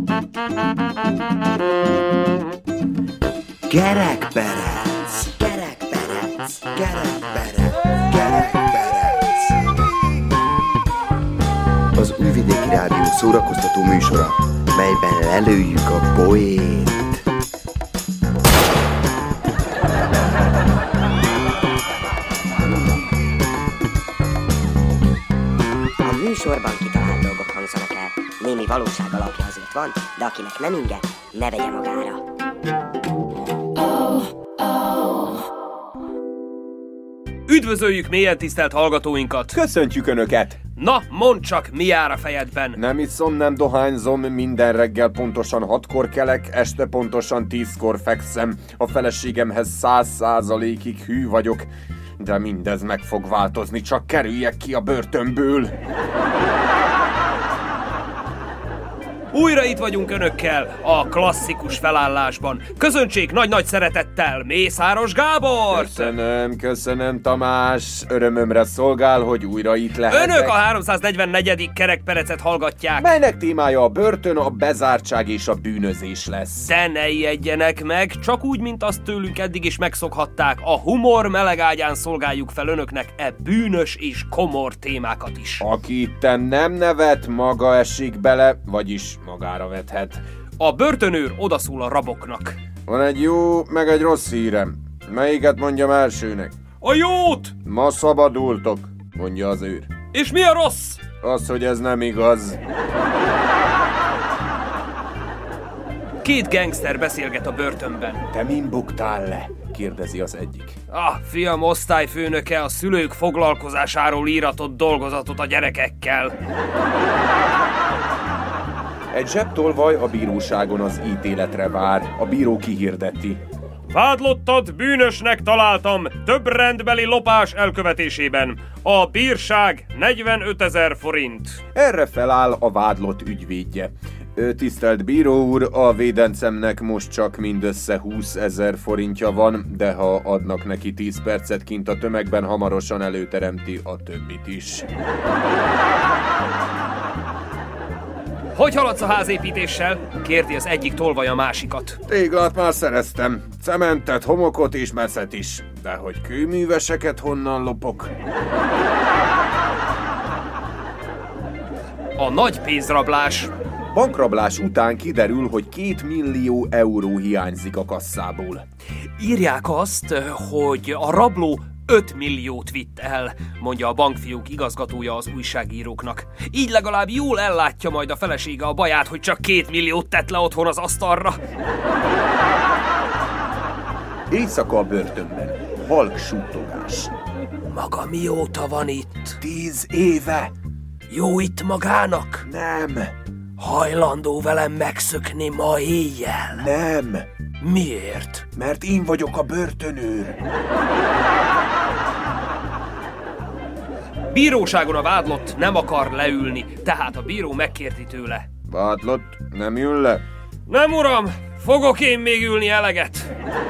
Kerekperec, kerekperec, kerekperec, kerekperec. Az Újvidéki Rádió szórakoztató műsora, melyben lelőjük a poént. A műsorban kitalált dolgok hangzanak el. Némi valóság alapja azért van, de akinek nem inge, ne vegye magára. Üdvözöljük mélyen tisztelt hallgatóinkat! Köszöntjük Önöket! Na, mondd csak, mi jár a fejedben? Nem iszom, nem dohányzom, minden reggel pontosan 6-kor kelek, este pontosan 10-kor fekszem. A feleségemhez 100%-ig hű vagyok, de mindez meg fog változni, csak kerüljek ki a börtönből. Újra itt vagyunk Önökkel, a klasszikus felállásban. Köszöntsék nagy-nagy szeretettel Mészáros Gábort! Köszönöm Tamás, örömömre szolgál, hogy újra itt lehetek. Önök a 344. kerekperecet hallgatják. Melynek témája a börtön, a bezártság és a bűnözés lesz. De ne ijedjenek meg, csak úgy, mint azt tőlünk eddig is megszokhatták. A humor melegágyán szolgáljuk fel Önöknek bűnös és komor témákat is. Aki itten nem nevet, maga esik bele, vagyis magára vethet. A börtönőr odaszól a raboknak. Van egy jó, meg egy rossz hírem. Melyiket mondjam elsőnek? A jót! Ma szabadultok, mondja az őr. És mi a rossz? Az, hogy ez nem igaz. Két gangster beszélget a börtönben. Te min buktál le? Kérdezi az egyik. Fiam osztályfőnöke a szülők foglalkozásáról íratott dolgozatot a gyerekekkel. Egy zsebtolvaj a bíróságon az ítéletre vár. A bíró kihirdeti. Vádlottat bűnösnek találtam több rendbeli lopás elkövetésében. A bírság 45 000 forint. Erre feláll a vádlott ügyvédje. Tisztelt bíró úr, a védencemnek most csak mindössze 20 000 forintja van, de ha adnak neki 10 percet kint a tömegben, hamarosan előteremti a többit is. Hogy haladsz a házépítéssel? Kérdi az egyik tolvaj a másikat. Téglát már szereztem, cementet, homokot és meszet is, de hogy kőműveseket honnan lopok? A nagy pénzrablás. Bankrablás után kiderül, hogy 2 millió euró hiányzik a kasszából. Írják azt, hogy a rabló 5 milliót vitt el, mondja a bankfiók igazgatója az újságíróknak. Így legalább jól ellátja majd a felesége a baját, hogy csak 2 milliót tett le otthon az asztalra. Éjszaka a börtönben. Halk suttogás. Maga mióta van itt? 10 éve. Jó itt magának? Nem. Hajlandó velem megszökni ma éjjel? Nem. Miért? Mert én vagyok a börtönőr. Bíróságon a vádlott nem akar leülni, tehát a bíró megkérti tőle. Vádlott, nem ül le? Nem uram, fogok én még ülni eleget.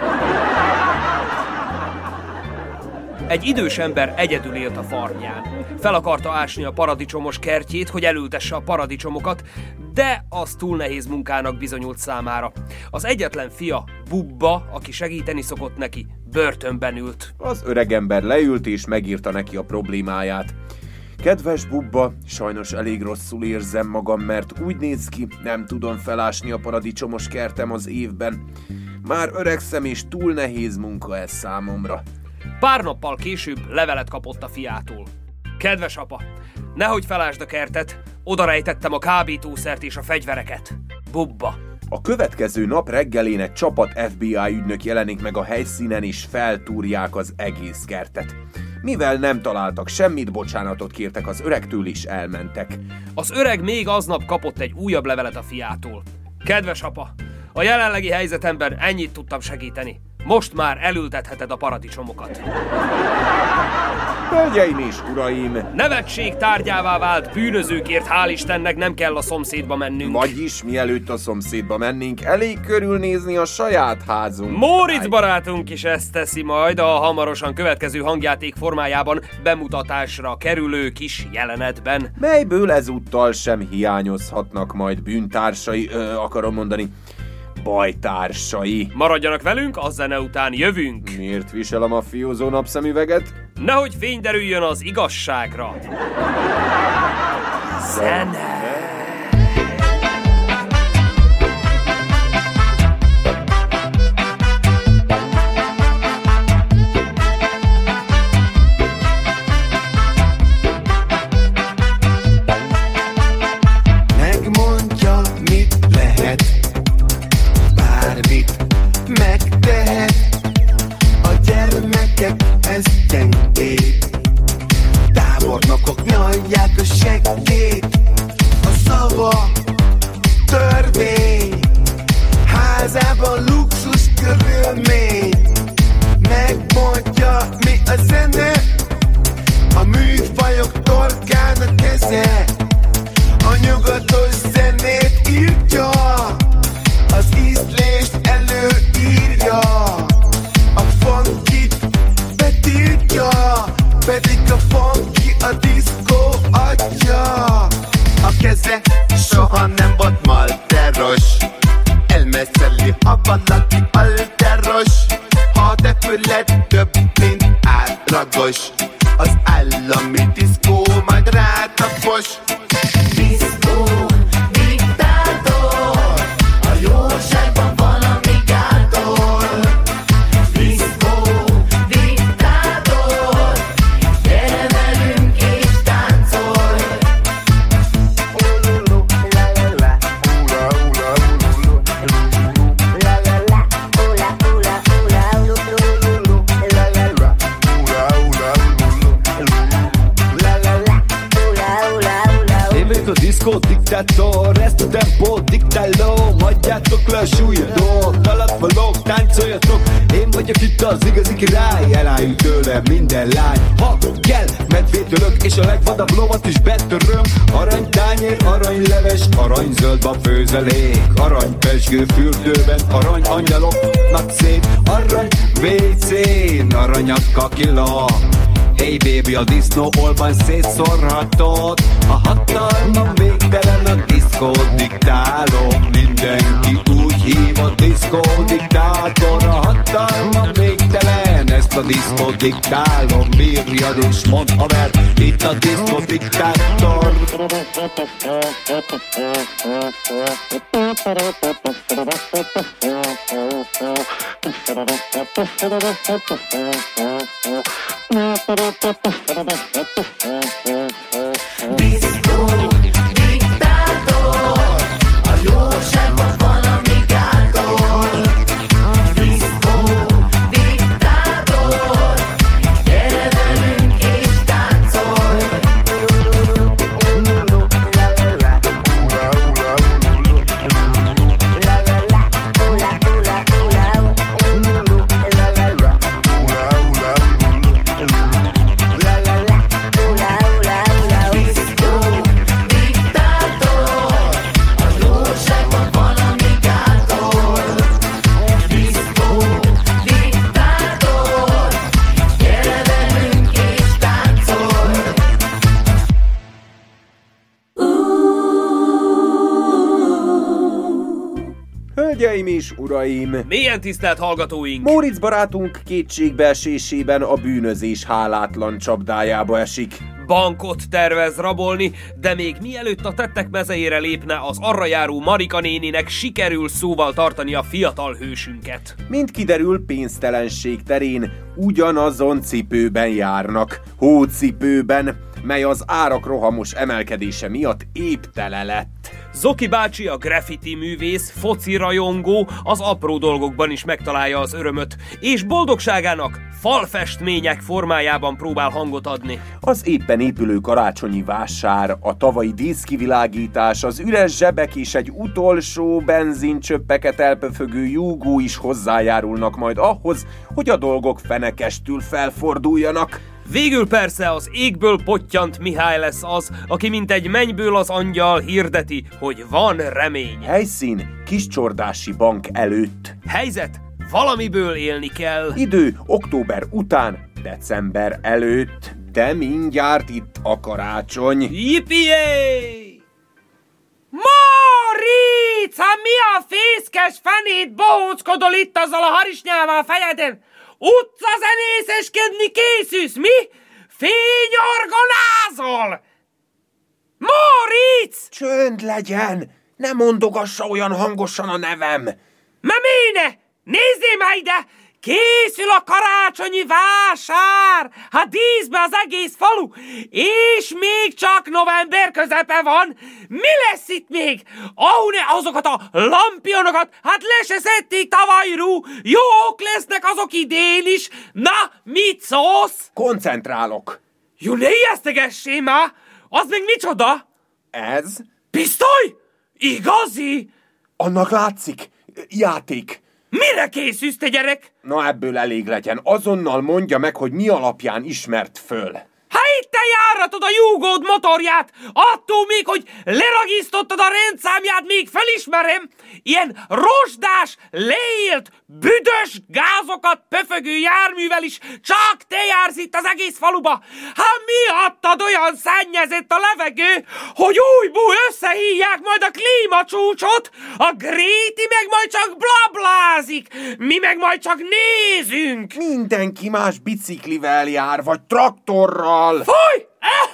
Egy idős ember egyedül élt a farmján. Fel akarta ásni a paradicsomos kertjét, hogy elültesse a paradicsomokat, de az túl nehéz munkának bizonyult számára. Az egyetlen fia, Bubba, aki segíteni szokott neki, börtönben ült. Az öregember leült és megírta neki a problémáját. Kedves Bubba, sajnos elég rosszul érzem magam, mert úgy néz ki, nem tudom felásni a paradicsomos kertem az évben. Már öregszem és túl nehéz munka ez számomra. Pár nappal később levelet kapott a fiától. Kedves apa, nehogy felásd a kertet, odarejtettem a kábítószert és a fegyvereket. Bubba. A következő nap reggelén egy csapat FBI ügynök jelenik meg a helyszínen és feltúrják az egész kertet. Mivel nem találtak semmit, bocsánatot kértek az öregtől és elmentek. Az öreg még aznap kapott egy újabb levelet a fiától. Kedves apa, a jelenlegi helyzetemben ennyit tudtam segíteni. Most már elültetheted a paradicsomokat. Hölgyeim és uraim! Nevetség tárgyává vált bűnözőkért hál' Istennek nem kell a szomszédba mennünk. Vagyis mielőtt a szomszédba mennénk, elég körülnézni a saját házunk. Móricz barátunk is ezt teszi majd a hamarosan következő hangjáték formájában bemutatásra kerülő kis jelenetben. Melyből ezúttal sem hiányozhatnak majd bűntársai, bajtársai. Maradjanak velünk, a zene után jövünk. Miért visel a maffiózó napszemüveget? Nehogy fény derüljön az igazságra. Zene. Megmondja, mit lehet, bármit megtehet. A gyermekek ezt gyengék, tábornokok nyalják a seggét. A szava törvény, házában luxus körülmény. Megmondja, mi a zene, a műfajok torkán a keze. A nyugatos zenét írtja, az ízlést előírja. A funkit betiltja, pedig a funky a diszkó atya. A keze soha nem volt malteros, elmeszeli, ha valaki alteros. Ha te füled több, mint átlagos, az állami diszkó majd rátapos. Diszkó, diktátor, a jóságban valami gátor. Diszkó, diktátor, gyere velünk és táncolj. Én vagyok a diszkó diktátor, ezt a tempót diktálom. Hagyjátok le a súlyadót, alatvalók, táncoljatok. Én vagyok itt az igazi király, elájunk tőle minden lány. Ha kell, medvét ölök, és a legvadabb lovat is betöröm. Aranytányér, aranyleves, aranyzöldba főzelék. Aranypezsgő fürdőben, arany angyaloknak szép. Arany WC-n, aranyat kakila. Hey baby, a disznóolban szétszórhatod. A hatalmam végtelen, a diszkó diktálom. Mindenki úgy hív, a diszkó diktátor. A hatalmam végtelen, ezt a diszkó diktálom. Bírjad és mondd, haver, itt a diszkó diktátor. Diszkó, diktátor, a jóságban valami gátor. Diszkó, diktátor, gyere velünk és táncolj. Hölgyeim és uraim! Mélyen tisztelt hallgatóink! Móricz barátunk kétségbeesésében a bűnözés hálátlan csapdájába esik. Bankot tervez rabolni, de még mielőtt a tettek mezejére lépne, az arra járó Marika néninek sikerül szóval tartani a fiatal hősünket. Mint kiderül, pénztelenség terén ugyanazon cipőben járnak, hócipőben, mely az árak rohamos emelkedése miatt épp tele lett. Zoki bácsi, a graffiti művész, foci rajongó, az apró dolgokban is megtalálja az örömöt, és boldogságának falfestmények formájában próbál hangot adni. Az éppen épülő karácsonyi vásár, a tavalyi díszkivilágítás, az üres zsebek és egy utolsó benzincsöppeket elpöfögő júgó is hozzájárulnak majd ahhoz, hogy a dolgok fenekestül felforduljanak. Végül persze az égből pottyant Mihály lesz az, aki mint egy mennyből az angyal hirdeti, hogy van remény. Helyszín Kiscsordási bank előtt. Helyzet, valamiből élni kell. Idő október után, december előtt, de mindjárt itt a karácsony. Yippie! Móricz! Hát mi a fészkes fenét bohóckodol itt azzal a harisnyával a fejeden? Utcazenészeskedni készülsz, mi? Fényorgonázol! Móricz! Csönd legyen! Ne mondogassa olyan hangosan a nevem! Memine! Nézzél már ide! Készül a karácsonyi vásár! Hát díszbe az egész falu! És még csak november közepe van! Mi lesz itt még? Ahune azokat a lampionokat, hát le se szedték tavalyról! Jók lesznek azok idén is! Na, mit szólsz? Koncentrálok! Jó, ne ijesztegessé már! Az meg micsoda? Ez? Pisztoly? Igazi? Annak látszik. Játék. Mire készülsz, te gyerek? Na ebből elég legyen. Azonnal mondja meg, hogy mi alapján ismert föl. Ha itt te járatod a Júgód motorját, attól még, hogy leragisztottad a rendszámját, még felismerem, ilyen rozsdás, leélt, büdös gázokat pöfögő járművel is csak te jársz itt az egész faluba. Hát miattad olyan szennyezett a levegő, hogy újból összehívják majd a klímacsúcsot, a Gréti meg majd csak blablázik, mi meg majd csak nézünk. Mindenki más biciklivel jár, vagy traktorral. Fúj!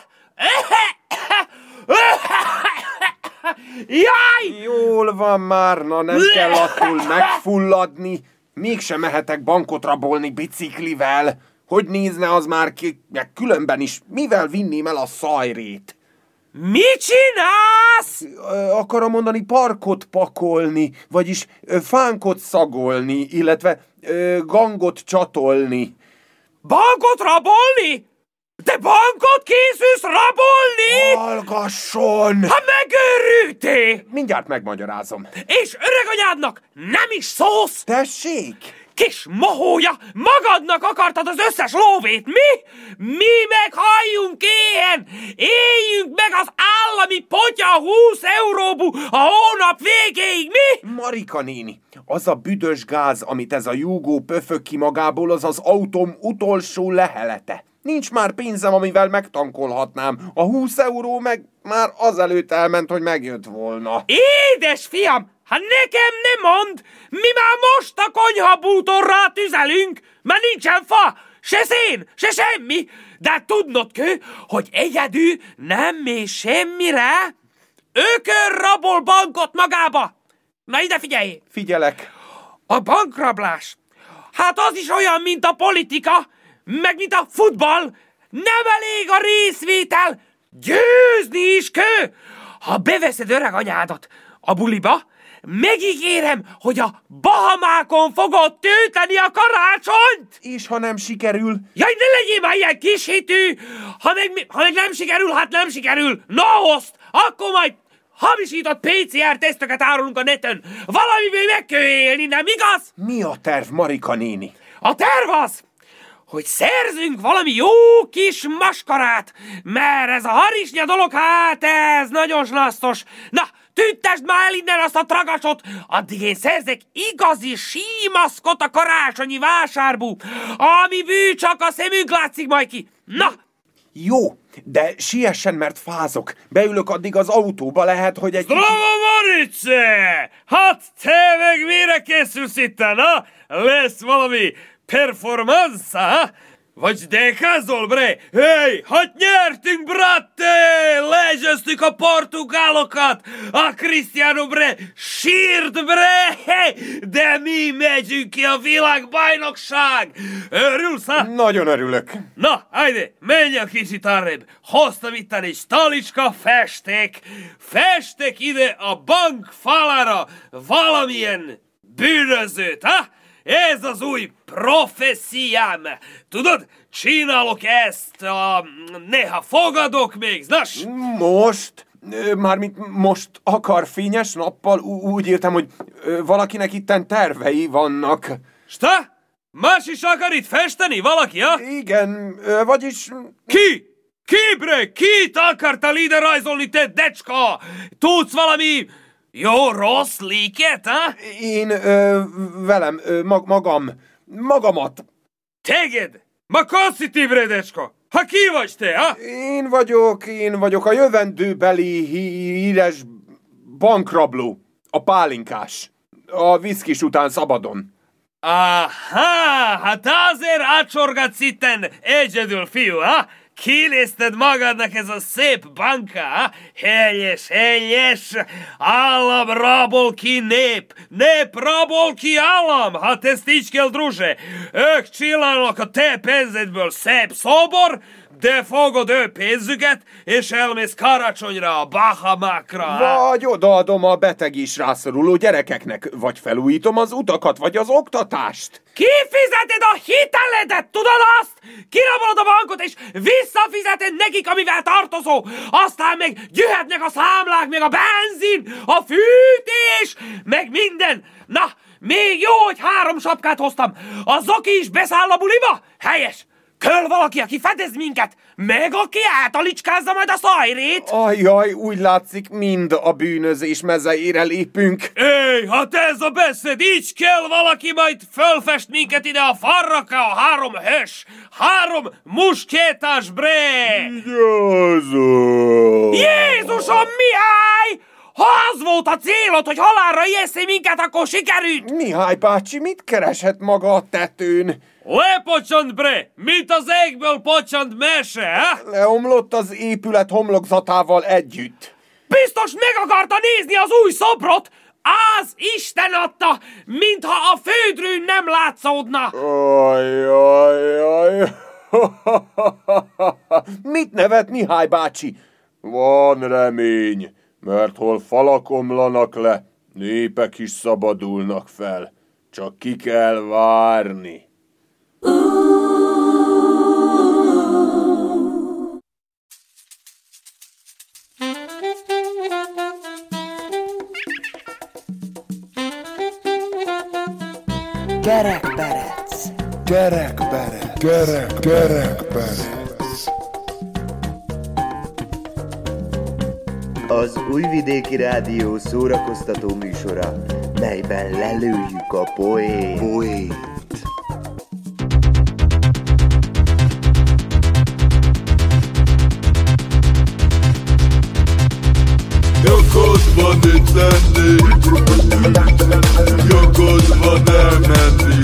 Jaj! Jól van már, na nem kell attól megfulladni. Mégsem mehetek bankot rabolni biciklivel. Hogy nézne az már ki, meg különben is, mivel vinném el a szajrét? Mit csinálsz? Akarom mondani parkot pakolni, vagyis fánkot szagolni, illetve gangot csatolni. Bankot rabolni? Te bankot készülsz rabolni? Hallgasson! Ha megőrültél! Mindjárt megmagyarázom. És öreganyádnak nem is szólsz? Tessék! Kis mohója, magadnak akartad az összes lóvét, mi? Mi meg halljunk éhen! Éljünk meg az állami potya 20 euróbú a hónap végéig, mi? Marika néni, az a büdös gáz, amit ez a Júgó pöfög ki magából, az az autóm utolsó lehelete. Nincs már pénzem, amivel megtankolhatnám. A 20 euró meg már azelőtt elment, hogy megjött volna. Édes fiam, ha nekem nem mond, mi már most a konyhabútorra tüzelünk, mert nincsen fa, se szén, se semmi, de tudnod kő, hogy egyedül nem mész semmire, ökör rabol bankot magába. Na ide figyelj! Figyelek. A bankrablás, hát az is olyan, mint a politika, meg mint a futball, nem elég a részvétel, győzni is kő. Ha beveszed öreg anyádat a buliba, megígérem, hogy a Bahamákon fogod tölteni a karácsonyt! És ha nem sikerül? Jaj, ne legyél már ilyen kishitű! Ha meg nem sikerül, hát nem sikerül! Na hozd! Akkor majd hamisított PCR teszteket árulunk a neten. Valamiből meg kell élni, nem igaz? Mi a terv, Marika néni? A terv az, hogy szerzünk valami jó kis maskarát, mert ez a harisnya dolog, hát ez nagyon slasztos. Na, tüntesd már el innen azt a tragacsot, addig én szerzek igazi símaszkot a karácsonyi vásárból, amiből csak a szemünk látszik majd ki. Na! Jó, de siessen, mert fázok. Beülök addig az autóba, lehet, hogy egy... Bravo, Marice! Hát te meg mire készülsz itt, na? Lesz valami performance, ha? Vagy dekázol, bre? Hey, hát nyertünk, brate! Legyőztük a portugálokat! A Cristiano, bre, sírt, bre! De mi megyünk ki a világbajnokság! Örülsz, ha? Nagyon örülök. Na, hajde, menj a kicsit arrébb. Hoztam itt egy talicska festék. Festek ide a bank falára valamilyen bűnözőt, ha? Ez az új professziám. Tudod, csinálok ezt, néha fogadok még, nas? Most? Mármint most akar fényes nappal? Úgy értem, hogy valakinek itten tervei vannak. Sta? Más is akar itt festeni valaki, ha? Igen, vagyis... Ki? Ki, bre? Kit akartál ide rajzolni, te decska? Tudsz valami jó rossz líket, ha? Én, velem, magamat. Teged? Ma kosszitív, bre, decska? Ha ki vagy te, ha? Én vagyok a jövendőbeli híres bankrabló, a pálinkás, a viszkis után szabadon. Aha, hát azért átsorgatsz itten egyedül, fiú, ha? Kinézted magadnak ez a szép banka, ha? Helyes, állam rabol ki nép rabol ki állam, hát ezt így kell, druže. Ők csinálnak a te pénzedből szép szobor, de fogod ő pénzüket, és elmész karácsonyra a Bahamákra. Vagy odaadom a beteg is rászoruló gyerekeknek, vagy felújítom az utakat, vagy az oktatást. Kifizeted a hiteledet, tudod azt? Kirabolod a bankot, és visszafizeted nekik, amivel tartozó. Aztán meg jöhetnek a számlák, meg a benzin, a fűtés, meg minden. Na, még jó, hogy 3 sapkát hoztam. A Zoki is beszáll a buliba? Helyes. Kell valaki, aki fedez minket, meg aki átalicskázza majd a szajrét. Ajjaj, úgy látszik, mind a bűnözés mezejére lépünk. Éj, hát ez a beszéd, így kell valaki majd fölfest minket ide a farraka, a 3 hős, 3 muskétás, bre! Jézusom, Mihály! Ha az volt a célod, hogy halálra ijeszé minket, akkor sikerült! Mihály bácsi, mit kereshet maga a tetőn? Lepocsant, bre! Mint az égből pocsant mese, ha? Leomlott az épület homlokzatával együtt. Biztos meg akarta nézni az új szobrot! Az Isten adta, mintha a földrűn nem látszódna! Ajjajjaj! Mit nevet Mihály bácsi? Van remény, mert hol falak omlanak le, népek is szabadulnak fel. Csak ki kell várni. Kerekperec. Kerekperec. Az Újvidéki Rádió szórakoztató műsora, melyben lelőjük a poént. Jogod van itt lenni, jogod van elmenni,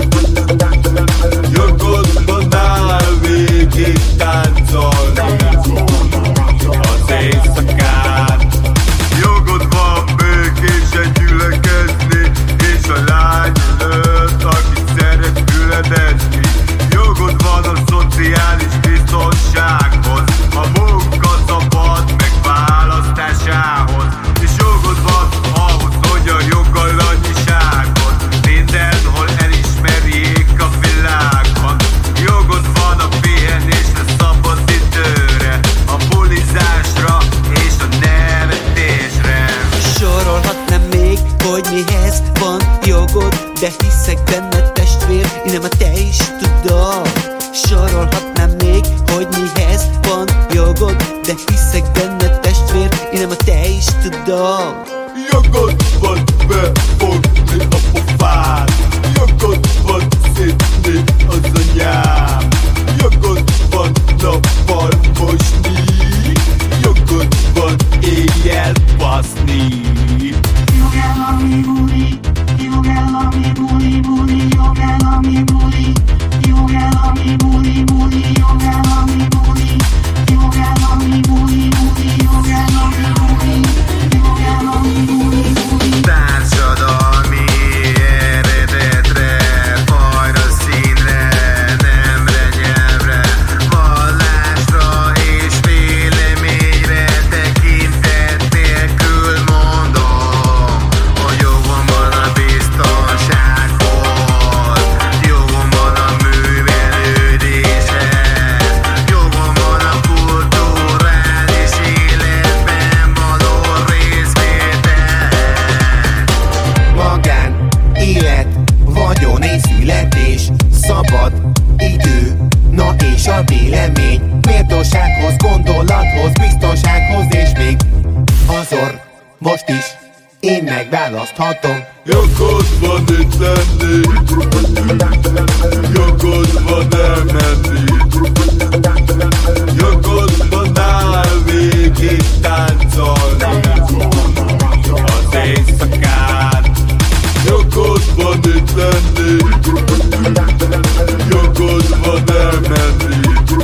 jogod van áll végig táncolni az éjszakán. Jogod van békésen gyülekezni, és a lány előtt, aki szeret üledezni. Jogod van a szociális biztonsághoz, a munka szabad megválasztásához, és jogod van ahhoz, hogy a jogalannyiságot mindenhol elismerjék a világban. Jogod van a pihenésre, szabad időre, a bulizásra és a nevetésre. Sorolhatnám még, hogy mihez van jogod, de hiszek benned, testvér, nem a te is tudod. Sorolhatnám még, hogy mihez van jogod, de hiszek benned, testvér, nem a te is tudod. Jogod van befogni a pofád, jogod van szedni az anyám, jogod van nappal mosni, jogod van éjjel baszni. Jogellami buli, jogellami buli, buli, jogellami buli, jogellami buli, buli, jogellami buli, jogellami buli, buli, jogellami buli, jogellami buli, buli. Társadalmi eredet választhatom. Jogod van itt lenni, jogod van elmenni, jogod van végig táncolni az éjszakát. Jogod van itt lenni, jogod van elmenni,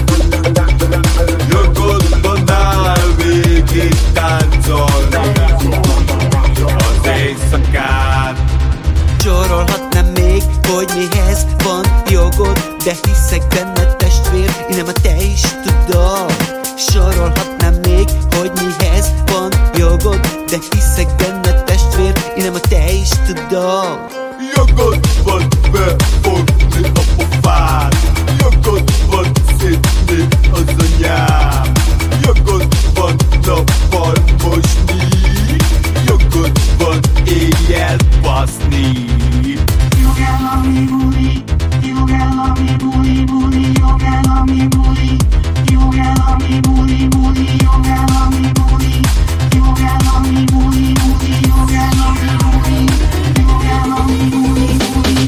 jogod van végig táncolni az éjszakát. Sorolhatnám még, hogy mihez van jogod, de hiszek benned testvér, innen már te is tudod. Sorolhatnám még, hogy mihez van jogod, de hiszek benned testvér, innen már te is tudod. Jogod van befogni a pofád, jogod van szedni az anyám, jogod van nappal mosni, jogod van éjjel baszni. Jogállami buli, jogállami buli, buli, jogállami buli, jogállami buli, buli, jogállami buli, jogállami buli, buli, jogállami buli, jogállami buli, buli.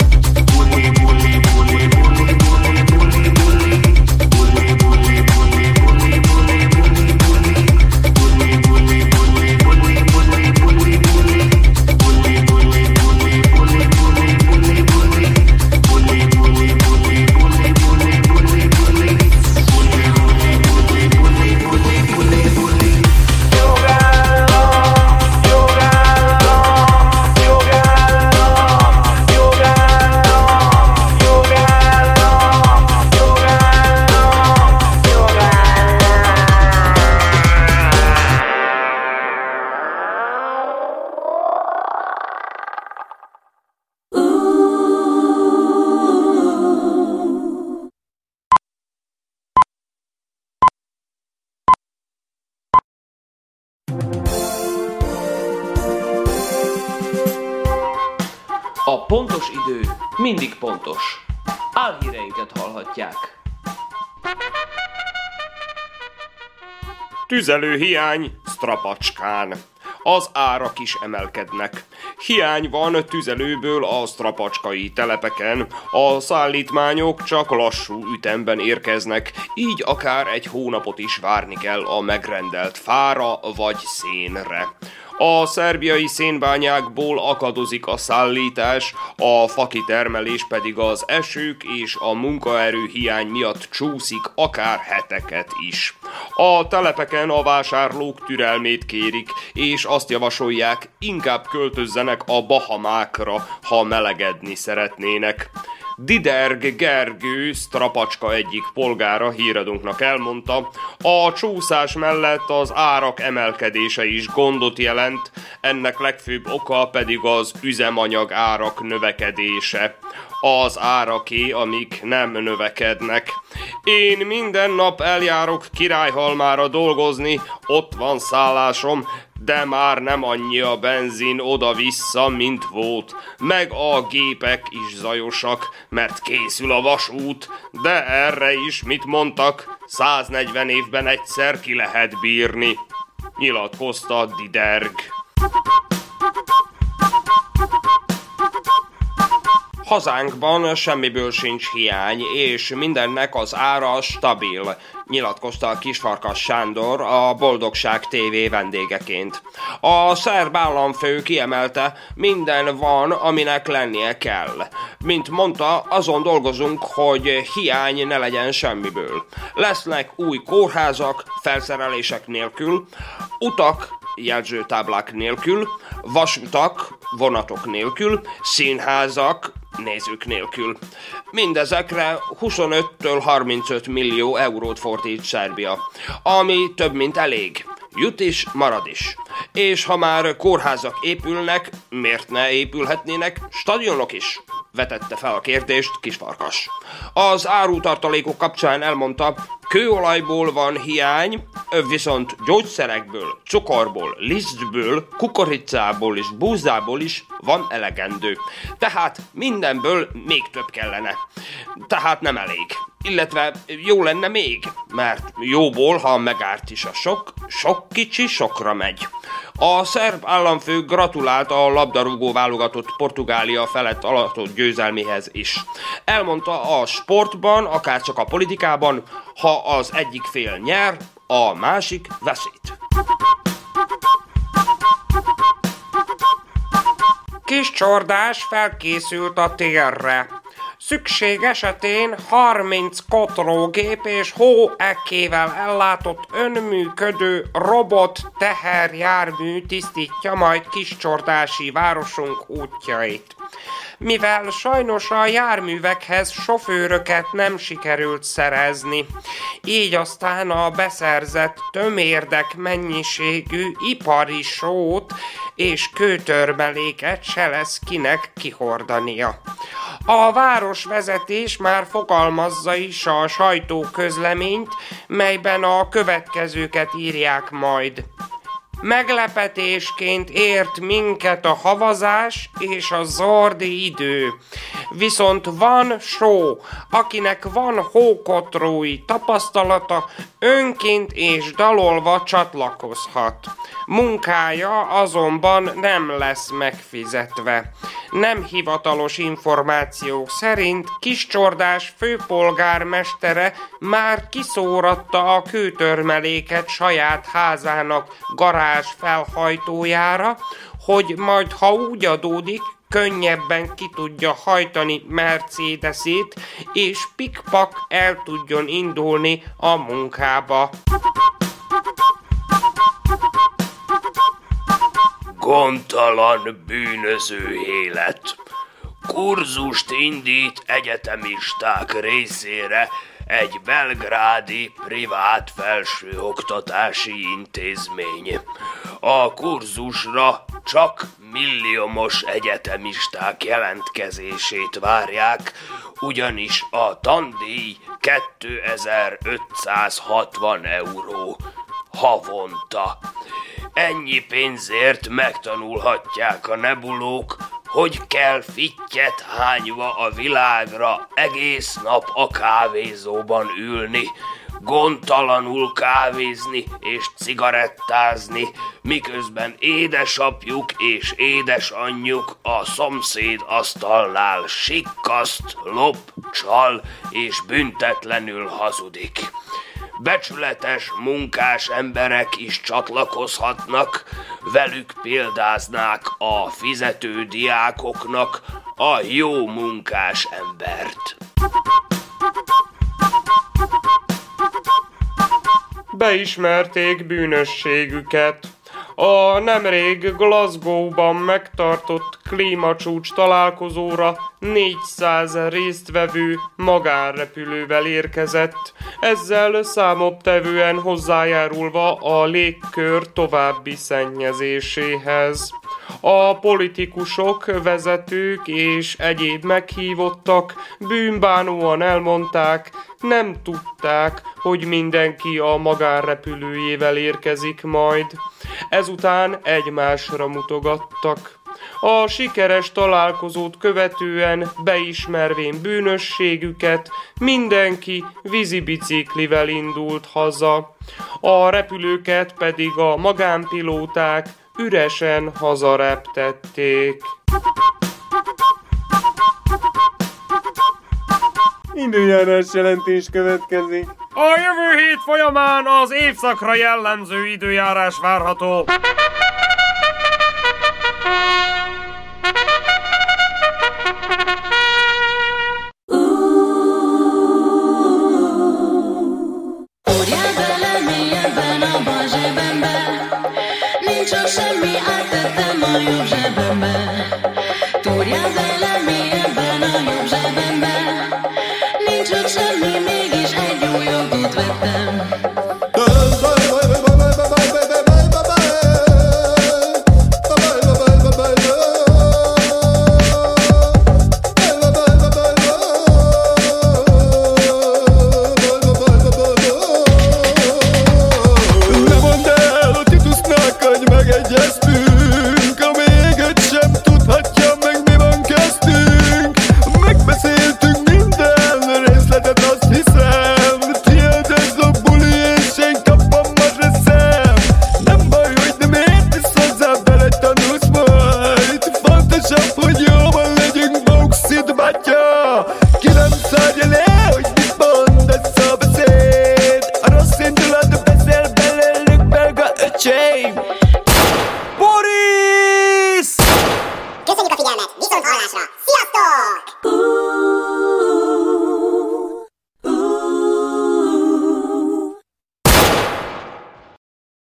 A pontos idő mindig pontos. Álhíreinket hallhatják. Tüzelőhiány Strapacskán. Az árak is emelkednek. Hiány van tüzelőből a strapacskai telepeken, a szállítmányok csak lassú ütemben érkeznek, így akár egy hónapot is várni kell a megrendelt fára vagy szénre. A szerbiai szénbányákból akadozik a szállítás, a fakitermelés pedig az esők és a munkaerő hiány miatt csúszik akár heteket is. A telepeken a vásárlók türelmét kérik, és azt javasolják, inkább költözzenek a Bahamákra, ha melegedni szeretnének. Diderg Gergő, Strapacska egyik polgára híradunknak elmondta, a csúszás mellett az árak emelkedése is gondot jelent, ennek legfőbb oka pedig az üzemanyag árak növekedése. Az áraké, amik nem növekednek. Én minden nap eljárok Királyhalmára dolgozni, ott van szállásom, de már nem annyi a benzin oda-vissza, mint volt. Meg a gépek is zajosak, mert készül a vasút, de erre is mit mondtak, 140 évben egyszer ki lehet bírni, nyilatkozta Diderg. Hazánkban semmiből sincs hiány, és mindennek az ára stabil, nyilatkozta Kisfarkas Sándor a Boldogság TV vendégeként. A szerb államfő kiemelte, minden van, aminek lennie kell. Mint mondta, azon dolgozunk, hogy hiány ne legyen semmiből. Lesznek új kórházak, felszerelések nélkül, utak, jelzőtáblák nélkül, vasutak, vonatok nélkül, színházak, nézők nélkül. Mindezekre 25-től 35 millió eurót fordít Szerbia, ami több mint elég. Jut is, marad is. És ha már kórházak épülnek, miért ne épülhetnének stadionok is? Vetette fel a kérdést Kisfarkas. Az árutartalékok kapcsán elmondta, Kőolajból van hiány, viszont gyógyszerekből, cukorból, lisztből, kukoricából és búzából is van elegendő. Tehát mindenből még több kellene. Tehát nem elég. Illetve jó lenne még, mert jóból, ha megárt is a sok kicsi sokra megy. A szerb államfő gratulált a labdarúgó válogatott Portugália felett aratott győzelméhez is. Elmondta, a sportban, akárcsak a politikában, ha az egyik fél nyer, a másik veszít. Kis csordás felkészült a térre. Szükség esetén 30 kotrógép és hóekkével ellátott önműködő robot teherjármű tisztítja majd kiscsordási városunk útjait. Mivel sajnos a járművekhez sofőröket nem sikerült szerezni, így aztán a beszerzett tömérdek mennyiségű ipari sót és kőtörmeléket se lesz kinek kihordania. A városvezetés már fogalmazza is a sajtóközleményt, melyben a következőket írják majd. Meglepetésként ért minket a havazás és a zordi idő. Viszont van só, akinek van hókotrói tapasztalata, önként és dalolva csatlakozhat. Munkája azonban nem lesz megfizetve. Nem hivatalos információk szerint Kiscsordás főpolgármestere már kiszóratta a kőtörmeléket saját házának garázs felhajtójára, hogy majd ha úgy adódik, könnyebben ki tudja hajtani Mercedesét, és pikpak el tudjon indulni a munkába. Gondtalan bűnöző élet. Kurzust indít egyetemisták részére egy belgrádi privát felsőoktatási intézmény. A kurzusra csak milliómos egyetemisták jelentkezését várják, ugyanis a tandíj 2560 € havonta. Ennyi pénzért megtanulhatják a nebulók, hogy kell fittyet hányva a világra egész nap a kávézóban ülni, gondtalanul kávézni és cigarettázni, miközben édesapjuk és édesanyjuk a szomszéd asztalnál sikkaszt, lop, csal és büntetlenül hazudik. Becsületes munkás emberek is csatlakozhatnak, velük példáznák a fizető diákoknak a jó munkás embert. Beismerték bűnösségüket. A nemrég Glasgow-ban megtartott klímacsúcs találkozóra 400 résztvevő magánrepülővel érkezett, ezzel számottevően hozzájárulva a légkör további szennyezéséhez. A politikusok, vezetők és egyéb meghívottak bűnbánóan elmondták, nem tudták, hogy mindenki a magánrepülőjével érkezik majd. Ezután egymásra mutogattak. A sikeres találkozót követően, beismervén bűnösségüket, mindenki vízibiciklivel indult haza. A repülőket pedig a magánpilóták üresen hazareptették. Időjárás jelentés következik. A jövő hét folyamán az évszakra jellemző időjárás várható. Úrjál bele mélyebben abba a zsebembe, nincs csak semmi, áttettem a jobb zsebembe. Túrjál bele mélyebben a jobb zsebembe, nincs csak semmi, mégis egy jó jogot vettem. öcsém,